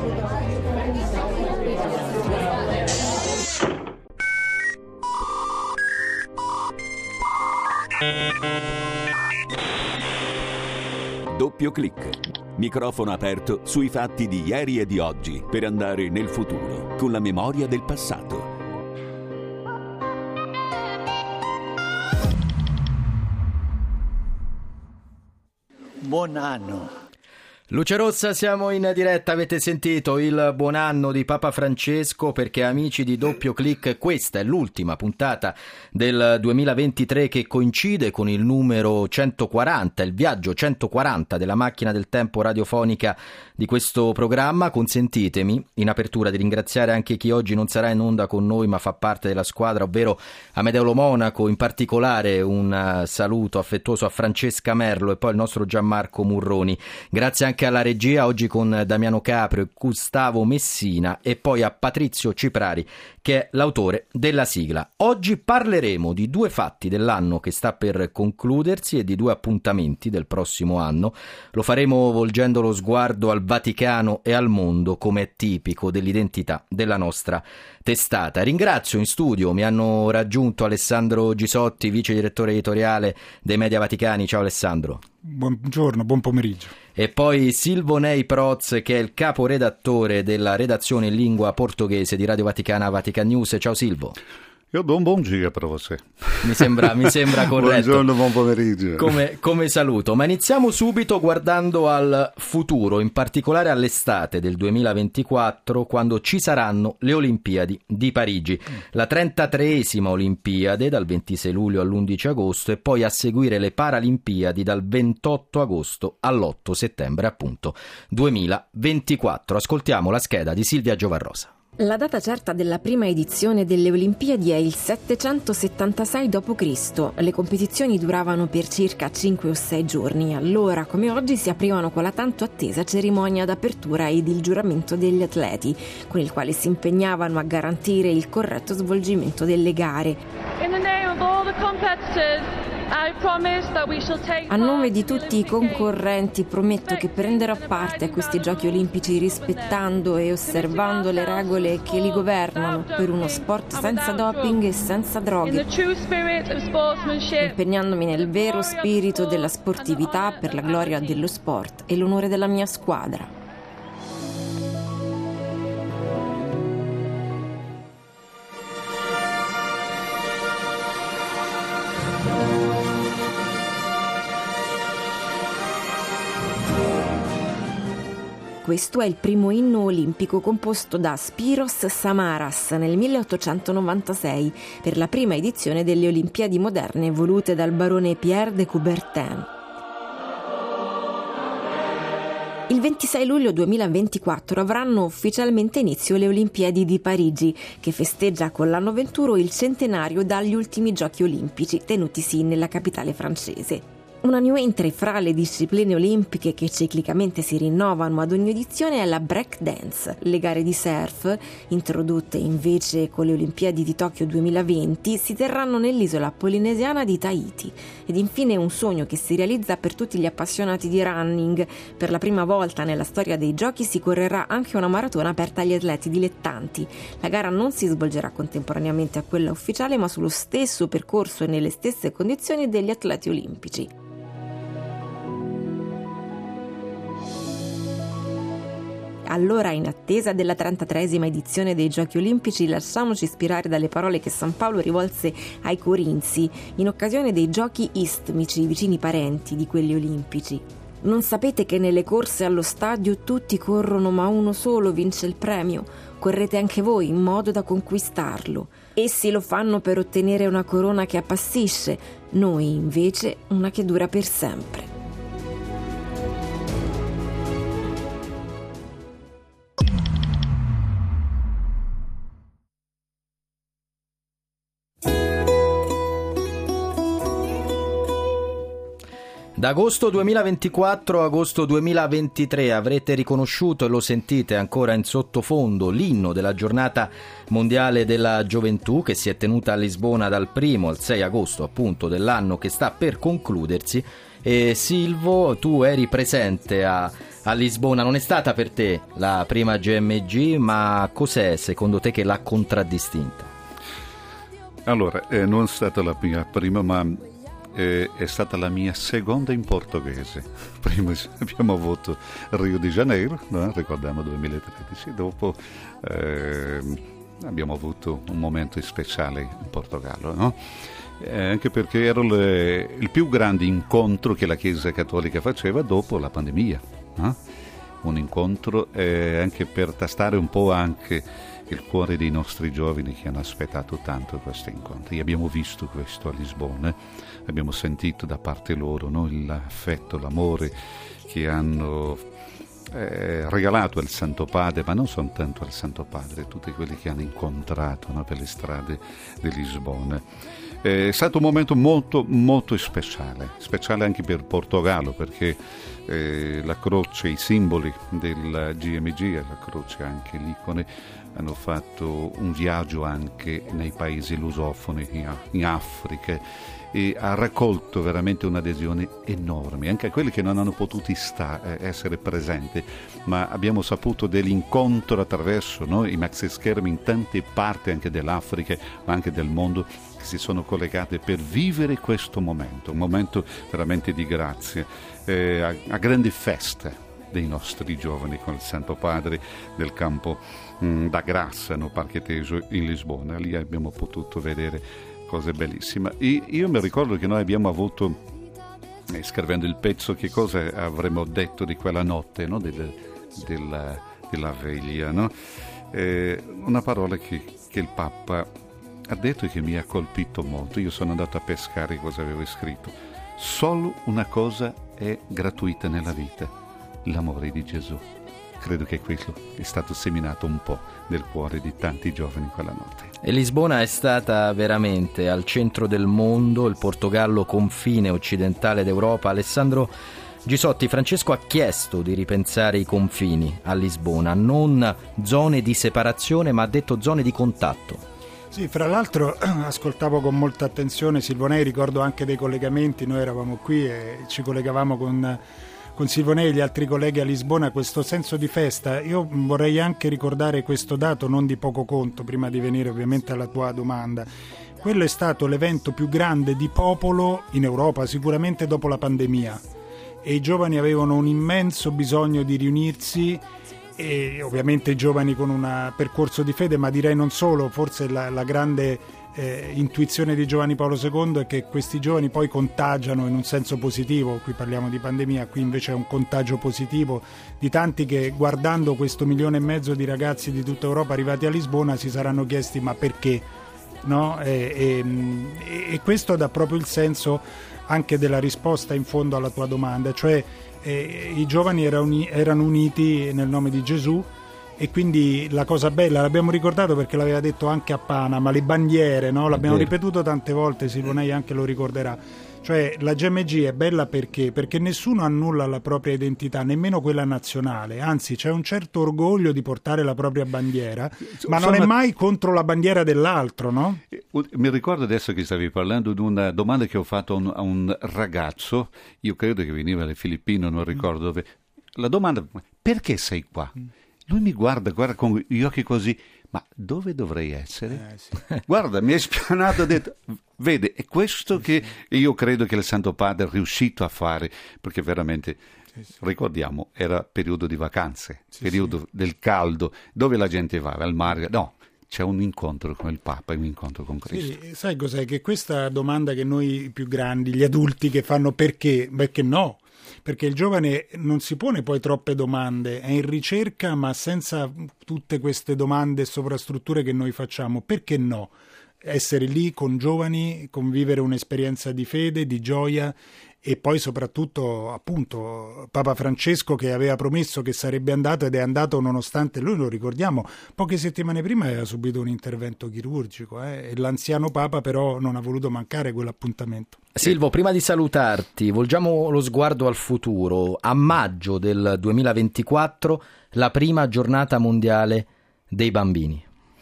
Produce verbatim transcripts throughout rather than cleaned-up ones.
Doppio clic. Microfono aperto sui fatti di ieri e di oggi per andare nel futuro con la memoria del passato. Buon anno. Luce Rossa, siamo in diretta, avete sentito il buon anno di Papa Francesco, perché amici di Doppio Clic, questa è l'ultima puntata del duemilaventitré che coincide con il numero centoquaranta, il viaggio centoquaranta della macchina del tempo radiofonica di questo programma. Consentitemi in apertura di ringraziare anche chi oggi non sarà in onda con noi ma fa parte della squadra, ovvero Amedeo Lo Monaco, in particolare un saluto affettuoso a Francesca Merlo e poi il nostro Gianmarco Murroni. Grazie anche alla regia, oggi con Damiano Caprio e Gustavo Messina, e poi a Patrizio Ciprari, che è l'autore della sigla. Oggi parleremo di due fatti dell'anno che sta per concludersi e di due appuntamenti del prossimo anno. Lo faremo volgendo lo sguardo al Vaticano e al mondo, come è tipico dell'identità della nostra testata. Ringrazio in studio, mi hanno raggiunto Alessandro Gisotti, vice direttore editoriale dei Media Vaticani. Ciao Alessandro. Buongiorno, buon pomeriggio. E poi Silvo Ney Proz, che è il caporedattore della redazione in lingua portoghese di Radio Vaticana Vatican News. Ciao Silvo. Io do un buon giro per voi. Mi sembra, mi sembra corretto. Buongiorno, buon pomeriggio. Come, come saluto. Ma iniziamo subito guardando al futuro, in particolare all'estate del duemilaventiquattro, quando ci saranno le Olimpiadi di Parigi. La trentatreesima Olimpiade dal ventisei luglio all'undici agosto, e poi a seguire le Paralimpiadi dal ventotto agosto all'otto settembre, appunto, duemilaventiquattro. Ascoltiamo la scheda di Silvia Giovarrosa. La data certa della prima edizione delle Olimpiadi è il settecentosettantasei dopo Cristo Le competizioni duravano per circa cinque o sei giorni. Allora, come oggi, si aprivano con la tanto attesa cerimonia d'apertura ed il giuramento degli atleti, con il quale si impegnavano a garantire il corretto svolgimento delle gare. In the name of all the competitors, I promise that we shall take A nome di tutti i concorrenti prometto che prenderò parte a questi Giochi Olimpici rispettando e osservando le regole che li governano, per uno sport senza doping e senza droghe, impegnandomi nel vero spirito della sportività per la gloria dello sport e l'onore della mia squadra. Questo è il primo inno olimpico composto da Spiros Samaras nel milleottocentonovantasei per la prima edizione delle Olimpiadi moderne volute dal barone Pierre de Coubertin. Il ventisei luglio duemilaventiquattro avranno ufficialmente inizio le Olimpiadi di Parigi, che festeggia con l'anno venturo il centenario dagli ultimi Giochi Olimpici tenutisi nella capitale francese. Una new entry fra le discipline olimpiche che ciclicamente si rinnovano ad ogni edizione è la break dance. Le gare di surf, introdotte invece con le Olimpiadi di Tokyo duemilaventi, si terranno nell'isola polinesiana di Tahiti. Ed infine un sogno che si realizza per tutti gli appassionati di running. Per la prima volta nella storia dei giochi si correrà anche una maratona aperta agli atleti dilettanti. La gara non si svolgerà contemporaneamente a quella ufficiale, ma sullo stesso percorso e nelle stesse condizioni degli atleti olimpici. Allora, in attesa della trentatreesima edizione dei Giochi Olimpici, lasciamoci ispirare dalle parole che San Paolo rivolse ai Corinzi in occasione dei Giochi istmici, vicini parenti di quelli olimpici. Non sapete che nelle corse allo stadio tutti corrono, ma uno solo vince il premio? Correte anche voi in modo da conquistarlo. Essi lo fanno per ottenere una corona che appassisce, noi invece una che dura per sempre. Da agosto duemilaventiquattro a agosto duemilaventitré avrete riconosciuto, e lo sentite ancora in sottofondo, l'inno della giornata mondiale della gioventù, che si è tenuta a Lisbona dal primo al sei agosto appunto dell'anno che sta per concludersi, E Silvo, tu eri presente a, a Lisbona, non è stata per te la prima G M G, ma cos'è secondo te che l'ha contraddistinta? Allora, eh, non è stata la mia prima, ma eh, è stata la mia seconda in portoghese. Prima abbiamo avuto Rio de Janeiro, no? Ricordiamo duemilatredici, dopo eh, abbiamo avuto un momento speciale in Portogallo, no? Eh, anche perché era le, il più grande incontro che la Chiesa Cattolica faceva dopo la pandemia, no? Un incontro eh, anche per tastare un po' anche il cuore dei nostri giovani che hanno aspettato tanto questo incontro. E abbiamo visto questo a Lisbona, abbiamo sentito da parte loro, no? L'affetto, l'amore che hanno eh, regalato al Santo Padre, ma non soltanto al Santo Padre, tutti quelli che hanno incontrato, no? Per le strade di Lisbona. È stato un momento molto molto speciale, speciale anche per Portogallo, perché eh, la croce, i simboli del G M G e la croce, anche l'icone, hanno fatto un viaggio anche nei paesi lusofoni, in Africa, e ha raccolto veramente un'adesione enorme, anche a quelli che non hanno potuto sta- essere presenti, ma abbiamo saputo dell'incontro attraverso, no, i maxi schermi in tante parti anche dell'Africa, ma anche del mondo, che si sono collegate per vivere questo momento, un momento veramente di grazia, eh, a, a grandi feste dei nostri giovani con il Santo Padre del campo mh, da Grassa, no, Parque Tejo in Lisbona. Lì abbiamo potuto vedere cose bellissime. E io mi ricordo che noi abbiamo avuto, eh, scrivendo il pezzo, che cosa avremmo detto di quella notte, no, del, della, della veglia, no? Eh, una parola che, che il Papa ha detto e che mi ha colpito molto. Io sono andato a pescare cosa avevo scritto. Solo una cosa è gratuita nella vita: l'amore di Gesù. Credo che quello è stato seminato un po' nel cuore di tanti giovani quella notte. E Lisbona è stata veramente al centro del mondo, il Portogallo confine occidentale d'Europa. Alessandro Gisotti, Francesco ha chiesto di ripensare i confini a Lisbona, non zone di separazione, ma ha detto zone di contatto. Sì, fra l'altro ascoltavo con molta attenzione Silvonei, ricordo anche dei collegamenti, noi eravamo qui e ci collegavamo con, con Silvonei e gli altri colleghi a Lisbona, questo senso di festa. Io vorrei anche ricordare questo dato non di poco conto, prima di venire ovviamente alla tua domanda. Quello è stato l'evento più grande di popolo in Europa, sicuramente dopo la pandemia, e i giovani avevano un immenso bisogno di riunirsi, e ovviamente i giovani con un percorso di fede, ma direi non solo. Forse la, la grande eh, intuizione di Giovanni Paolo secondo è che questi giovani poi contagiano in un senso positivo. Qui parliamo di pandemia, qui invece è un contagio positivo di tanti che, guardando questo milione e mezzo di ragazzi di tutta Europa arrivati a Lisbona, si saranno chiesti ma perché, no? E, e, e questo dà proprio il senso anche della risposta in fondo alla tua domanda, cioè eh, i giovani erano, uni, erano uniti nel nome di Gesù. E quindi la cosa bella, l'abbiamo ricordato perché l'aveva detto anche a Panama, le bandiere, no? L'abbiamo ripetuto tante volte, Silvonei anche lo ricorderà. Cioè la G M G è bella perché? Perché nessuno annulla la propria identità, nemmeno quella nazionale, anzi c'è un certo orgoglio di portare la propria bandiera, ma non è mai contro la bandiera dell'altro, no? Mi ricordo adesso che stavi parlando di una domanda che ho fatto a un, a un ragazzo, io credo che veniva dalle Filippine, non ricordo dove. La domanda: perché sei qua? Lui mi guarda, guarda con gli occhi così, ma dove dovrei essere? Eh, sì. Guarda, mi ha spianato, ha detto, vede, è questo che io credo che il Santo Padre è riuscito a fare, perché veramente, sì, sì. Ricordiamo, era periodo di vacanze, sì, periodo sì. del caldo, dove la gente va, al mare, no. C'è un incontro con il Papa, un incontro con Cristo. Sì, sai cos'è? Che questa domanda che noi più grandi, gli adulti che fanno perché, perché no? Perché il giovane non si pone poi troppe domande, è in ricerca ma senza tutte queste domande e sovrastrutture che noi facciamo. Perché no? Essere lì con giovani, convivere un'esperienza di fede, di gioia, e poi soprattutto appunto Papa Francesco che aveva promesso che sarebbe andato ed è andato nonostante, lui lo ricordiamo, poche settimane prima aveva subito un intervento chirurgico eh, e l'anziano Papa però non ha voluto mancare quell'appuntamento. Silvo, prima di salutarti, volgiamo lo sguardo al futuro. A maggio del duemilaventiquattro la prima giornata mondiale dei bambini.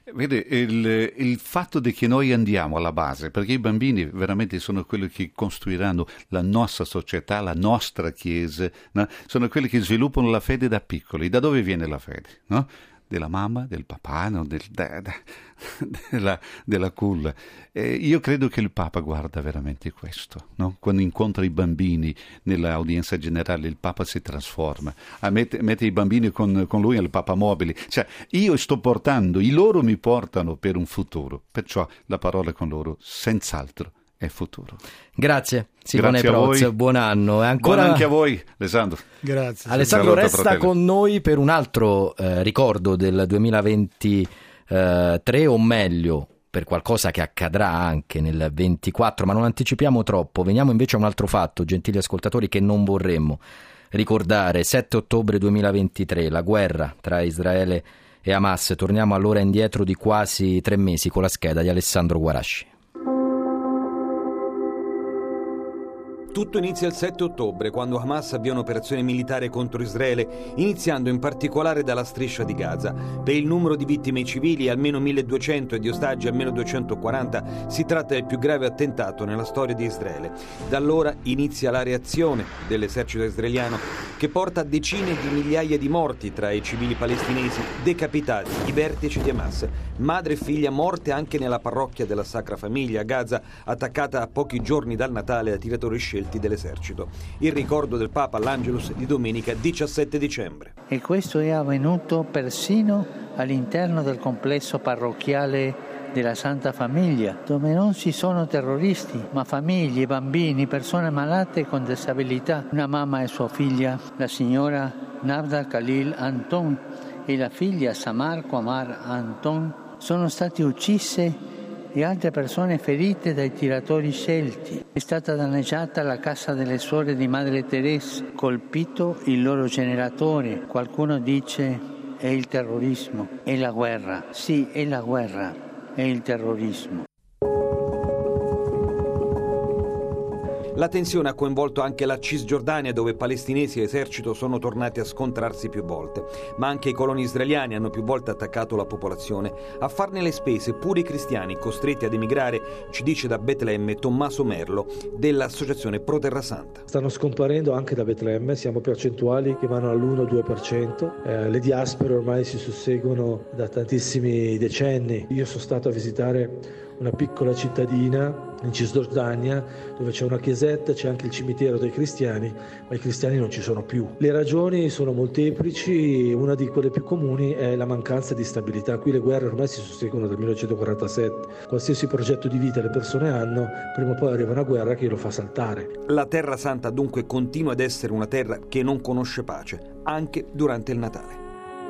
Vede, il, il fatto di che noi andiamo alla base, perché i bambini veramente sono quelli che costruiranno la nostra società, la nostra chiesa, no? Sono quelli che sviluppano la fede da piccoli. Da dove viene la fede? No? Della mamma, del papà, no? del, da, da, della, della culla. Eh, io credo che il Papa guarda veramente questo, no? Quando incontra i bambini nell'audienza generale, il Papa si trasforma, ah, mette, mette i bambini con, con lui al Papa mobili. Cioè, io sto portando, i loro mi portano per un futuro, perciò la parola con loro senz'altro è futuro. Grazie Silvone Proz, buon anno. E ancora... Buon anche a voi, Alessandro. Grazie. Alessandro resta fratello. Con noi per un altro eh, ricordo del duemilaventitré, o meglio per qualcosa che accadrà anche nel ventiquattro, ma non anticipiamo troppo. Veniamo invece a un altro fatto, gentili ascoltatori, che non vorremmo ricordare. Sette ottobre duemilaventitré, la guerra tra Israele e Hamas. Torniamo allora indietro di quasi tre mesi con la scheda di Alessandro Guarasci. Tutto inizia il sette ottobre, quando Hamas avvia un'operazione militare contro Israele, iniziando in particolare dalla striscia di Gaza. Per il numero di vittime civili, almeno milleduecento, e di ostaggi almeno duecentoquaranta, si tratta del più grave attentato nella storia di Israele. Da allora inizia la reazione dell'esercito israeliano, che porta a decine di migliaia di morti tra i civili palestinesi, decapitati, i vertici di Hamas. Madre e figlia morte anche nella parrocchia della Sacra Famiglia a Gaza, attaccata a pochi giorni dal Natale da tiratori scelti dell'esercito. Il ricordo del Papa all'Angelus di domenica diciassette dicembre. E questo è avvenuto persino all'interno del complesso parrocchiale della Santa Famiglia, dove non ci sono terroristi, ma famiglie, bambini, persone malate con disabilità. Una mamma e sua figlia, la signora Navda Khalil Anton e la figlia Samar Qamar Anton, sono state uccise e altre persone ferite dai tiratori scelti. È stata danneggiata la casa delle suore di Madre Teresa, colpito il loro generatore. Qualcuno dice è il terrorismo, è la guerra. Sì, è la guerra, è il terrorismo. La tensione ha coinvolto anche la Cisgiordania, dove palestinesi e esercito sono tornati a scontrarsi più volte, ma anche i coloni israeliani hanno più volte attaccato la popolazione. A farne le spese pure i cristiani costretti ad emigrare, ci dice da Betlemme Tommaso Merlo dell'associazione Pro Terra Santa. Stanno scomparendo anche da Betlemme, siamo percentuali che vanno all'uno due per cento. Eh, le diaspore ormai si susseguono da tantissimi decenni. Io sono stato a visitare una piccola cittadina in Cisgiordania dove c'è una chiesetta, c'è anche il cimitero dei cristiani, ma i cristiani non ci sono più. Le ragioni sono molteplici, una di quelle più comuni è la mancanza di stabilità. Qui le guerre ormai si susseguono dal millenovecentoquarantasette. Qualsiasi progetto di vita le persone hanno, prima o poi arriva una guerra che lo fa saltare. La Terra Santa dunque continua ad essere una terra che non conosce pace, anche durante il Natale.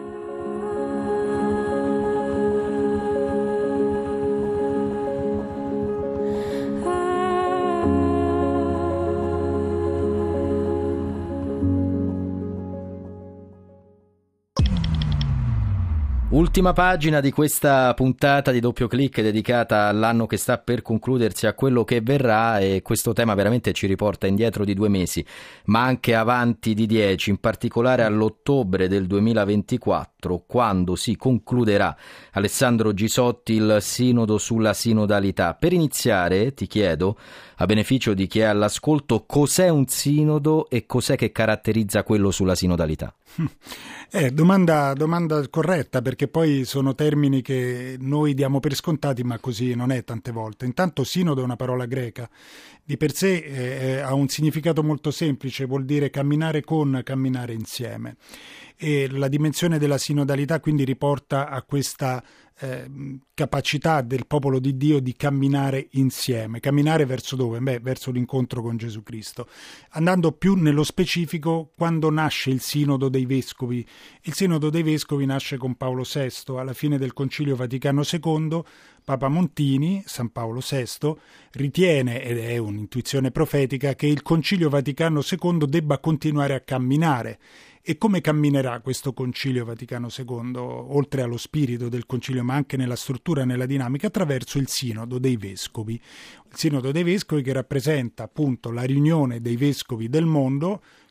Ultima pagina di questa puntata di Doppio Clic dedicata all'anno che sta per concludersi, a quello che verrà, e questo tema veramente ci riporta indietro di due mesi, ma anche avanti di dieci, in particolare all'ottobre del duemilaventiquattro, quando si concluderà, Alessandro Gisotti, il sinodo sulla sinodalità. Per iniziare ti chiedo, a beneficio di chi è all'ascolto, cos'è un sinodo e cos'è che caratterizza quello sulla sinodalità? Eh, domanda, domanda corretta, perché poi sono termini che noi diamo per scontati, ma così non è tante volte. Intanto sinodo è una parola greca, di per sé eh, ha un significato molto semplice, vuol dire camminare con, camminare insieme. E la dimensione della sinodalità quindi riporta a questa eh, capacità del popolo di Dio di camminare insieme. Camminare verso dove? Beh, verso l'incontro con Gesù Cristo. Andando più nello specifico, quando nasce il Sinodo dei Vescovi? Il Sinodo dei Vescovi nasce con Paolo sesto, alla fine del Concilio Vaticano secondo. Papa Montini, San Paolo sesto, ritiene, ed è un'intuizione profetica, che il Concilio Vaticano secondo debba continuare a camminare. E come camminerà questo Concilio Vaticano secondo, oltre allo spirito del Concilio, ma anche nella struttura e nella dinamica? Attraverso il Sinodo dei Vescovi. Il Sinodo dei Vescovi che rappresenta appunto la riunione dei Vescovi del mondo,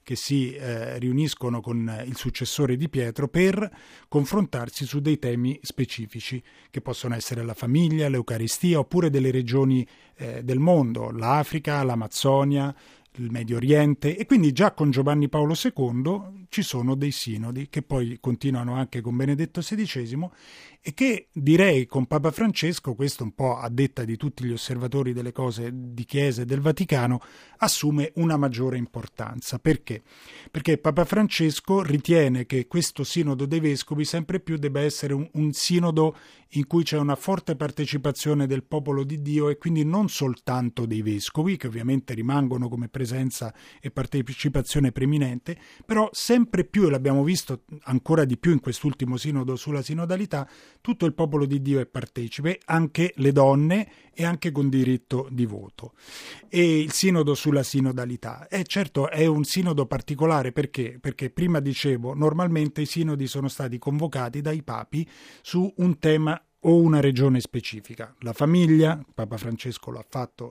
che si eh, riuniscono con il successore di Pietro per confrontarsi su dei temi specifici che possono essere la famiglia, l'Eucaristia oppure delle regioni eh, del mondo, l'Africa, l'Amazzonia, il Medio Oriente, e quindi già con Giovanni Paolo secondo ci sono dei sinodi che poi continuano anche con Benedetto sedicesimo e che direi con Papa Francesco, questo un po' a detta di tutti gli osservatori delle cose di Chiesa e del Vaticano, assume una maggiore importanza. Perché? Perché Papa Francesco ritiene che questo sinodo dei vescovi sempre più debba essere un, un sinodo in cui c'è una forte partecipazione del popolo di Dio e quindi non soltanto dei vescovi, che ovviamente rimangono come presenza e partecipazione preminente, però sempre più, e l'abbiamo visto ancora di più in quest'ultimo sinodo sulla sinodalità, tutto il popolo di Dio è partecipe, anche le donne e anche con diritto di voto. E il sinodo sulla sinodalità, e certo è un sinodo particolare perché? Perché prima dicevo, normalmente i sinodi sono stati convocati dai papi su un tema o una regione specifica. La famiglia, Papa Francesco l'ha fatto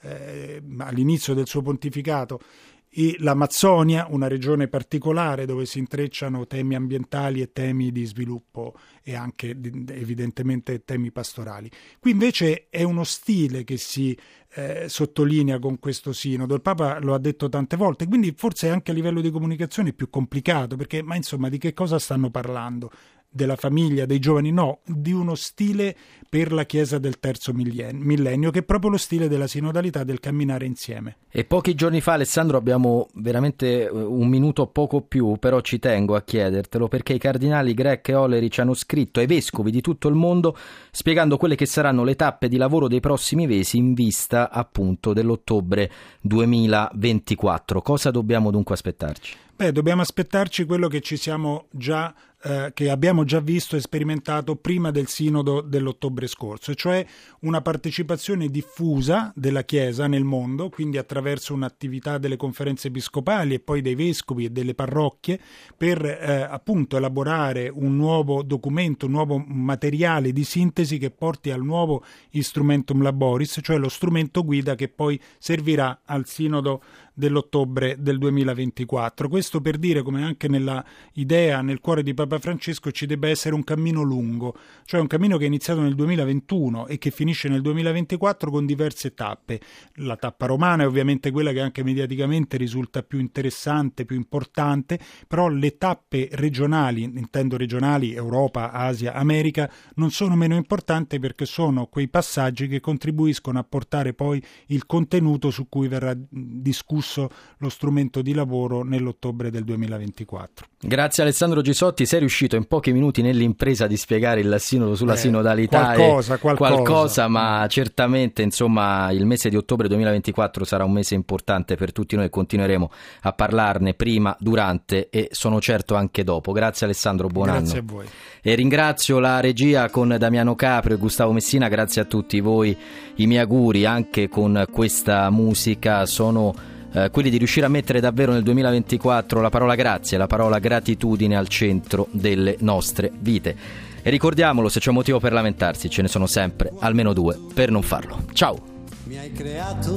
eh, all'inizio del suo pontificato, e l'Amazzonia, una regione particolare dove si intrecciano temi ambientali e temi di sviluppo e anche evidentemente temi pastorali. Qui invece è uno stile che si eh, sottolinea con questo sinodo. Il Papa lo ha detto tante volte, quindi forse anche a livello di comunicazione è più complicato, perché ma insomma di che cosa stanno parlando? Della famiglia, dei giovani? No, di uno stile per la Chiesa del terzo millennio, che è proprio lo stile della sinodalità, del camminare insieme. E pochi giorni fa, Alessandro, abbiamo veramente un minuto poco più, però ci tengo a chiedertelo, perché i cardinali Grech e Hollerich ci hanno scritto ai vescovi di tutto il mondo spiegando quelle che saranno le tappe di lavoro dei prossimi mesi in vista appunto dell'ottobre duemilaventiquattro. Cosa dobbiamo dunque aspettarci? Beh, dobbiamo aspettarci quello che ci siamo già eh, che abbiamo già visto e sperimentato prima del sinodo dell'ottobre scorso, cioè una partecipazione diffusa della Chiesa nel mondo, quindi attraverso un'attività delle conferenze episcopali e poi dei vescovi e delle parrocchie per eh, appunto elaborare un nuovo documento, un nuovo materiale di sintesi che porti al nuovo Instrumentum Laboris, cioè lo strumento guida che poi servirà al sinodo dell'ottobre del duemilaventiquattro. Questo per dire come anche nella idea, nel cuore di Papa Francesco, ci debba essere un cammino lungo, cioè un cammino che è iniziato nel duemilaventuno e che finisce nel duemilaventiquattro con diverse tappe. La tappa romana è ovviamente quella che anche mediaticamente risulta più interessante, più importante, però le tappe regionali, intendo regionali, Europa, Asia, America, non sono meno importanti perché sono quei passaggi che contribuiscono a portare poi il contenuto su cui verrà discusso lo strumento di lavoro nell'ottobre del duemilaventiquattro. Grazie Alessandro Gisotti, sei riuscito in pochi minuti nell'impresa di spiegare il sinodo sulla eh, sinodalità qualcosa, e qualcosa. qualcosa, ma certamente insomma il mese di ottobre duemilaventiquattro sarà un mese importante per tutti noi e continueremo a parlarne prima, durante e sono certo anche dopo. Grazie Alessandro, buon grazie anno. A voi. E ringrazio la regia con Damiano Caprio e Gustavo Messina, grazie a tutti voi. I miei auguri anche con questa musica sono Eh, quelli di riuscire a mettere davvero nel duemilaventiquattro la parola grazie, la parola gratitudine al centro delle nostre vite. E ricordiamolo, se c'è un motivo per lamentarsi, ce ne sono sempre almeno due per non farlo. Ciao! Mi hai creato,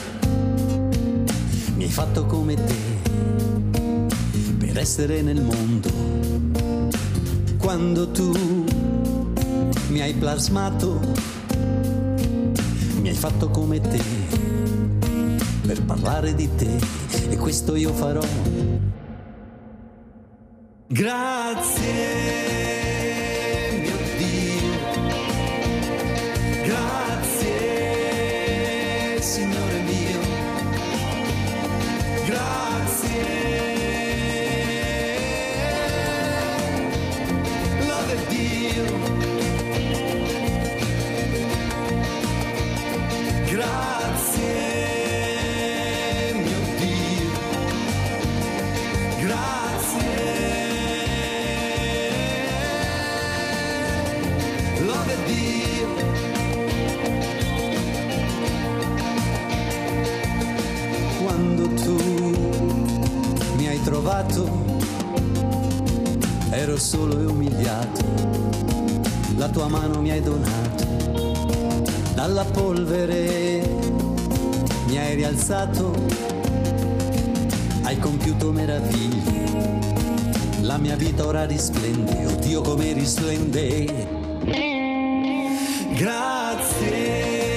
mi hai fatto come te, per essere nel mondo. Quando tu mi hai plasmato, mi hai fatto come te, per parlare di te, e questo io farò. Grazie, mio Dio, grazie, Signore mio, grazie, lode Dio, grazie. Quando tu mi hai trovato, ero solo e umiliato, la tua mano mi hai donato, dalla polvere mi hai rialzato, hai compiuto meraviglie, la mia vita ora risplende, oddio come risplende. Grazie.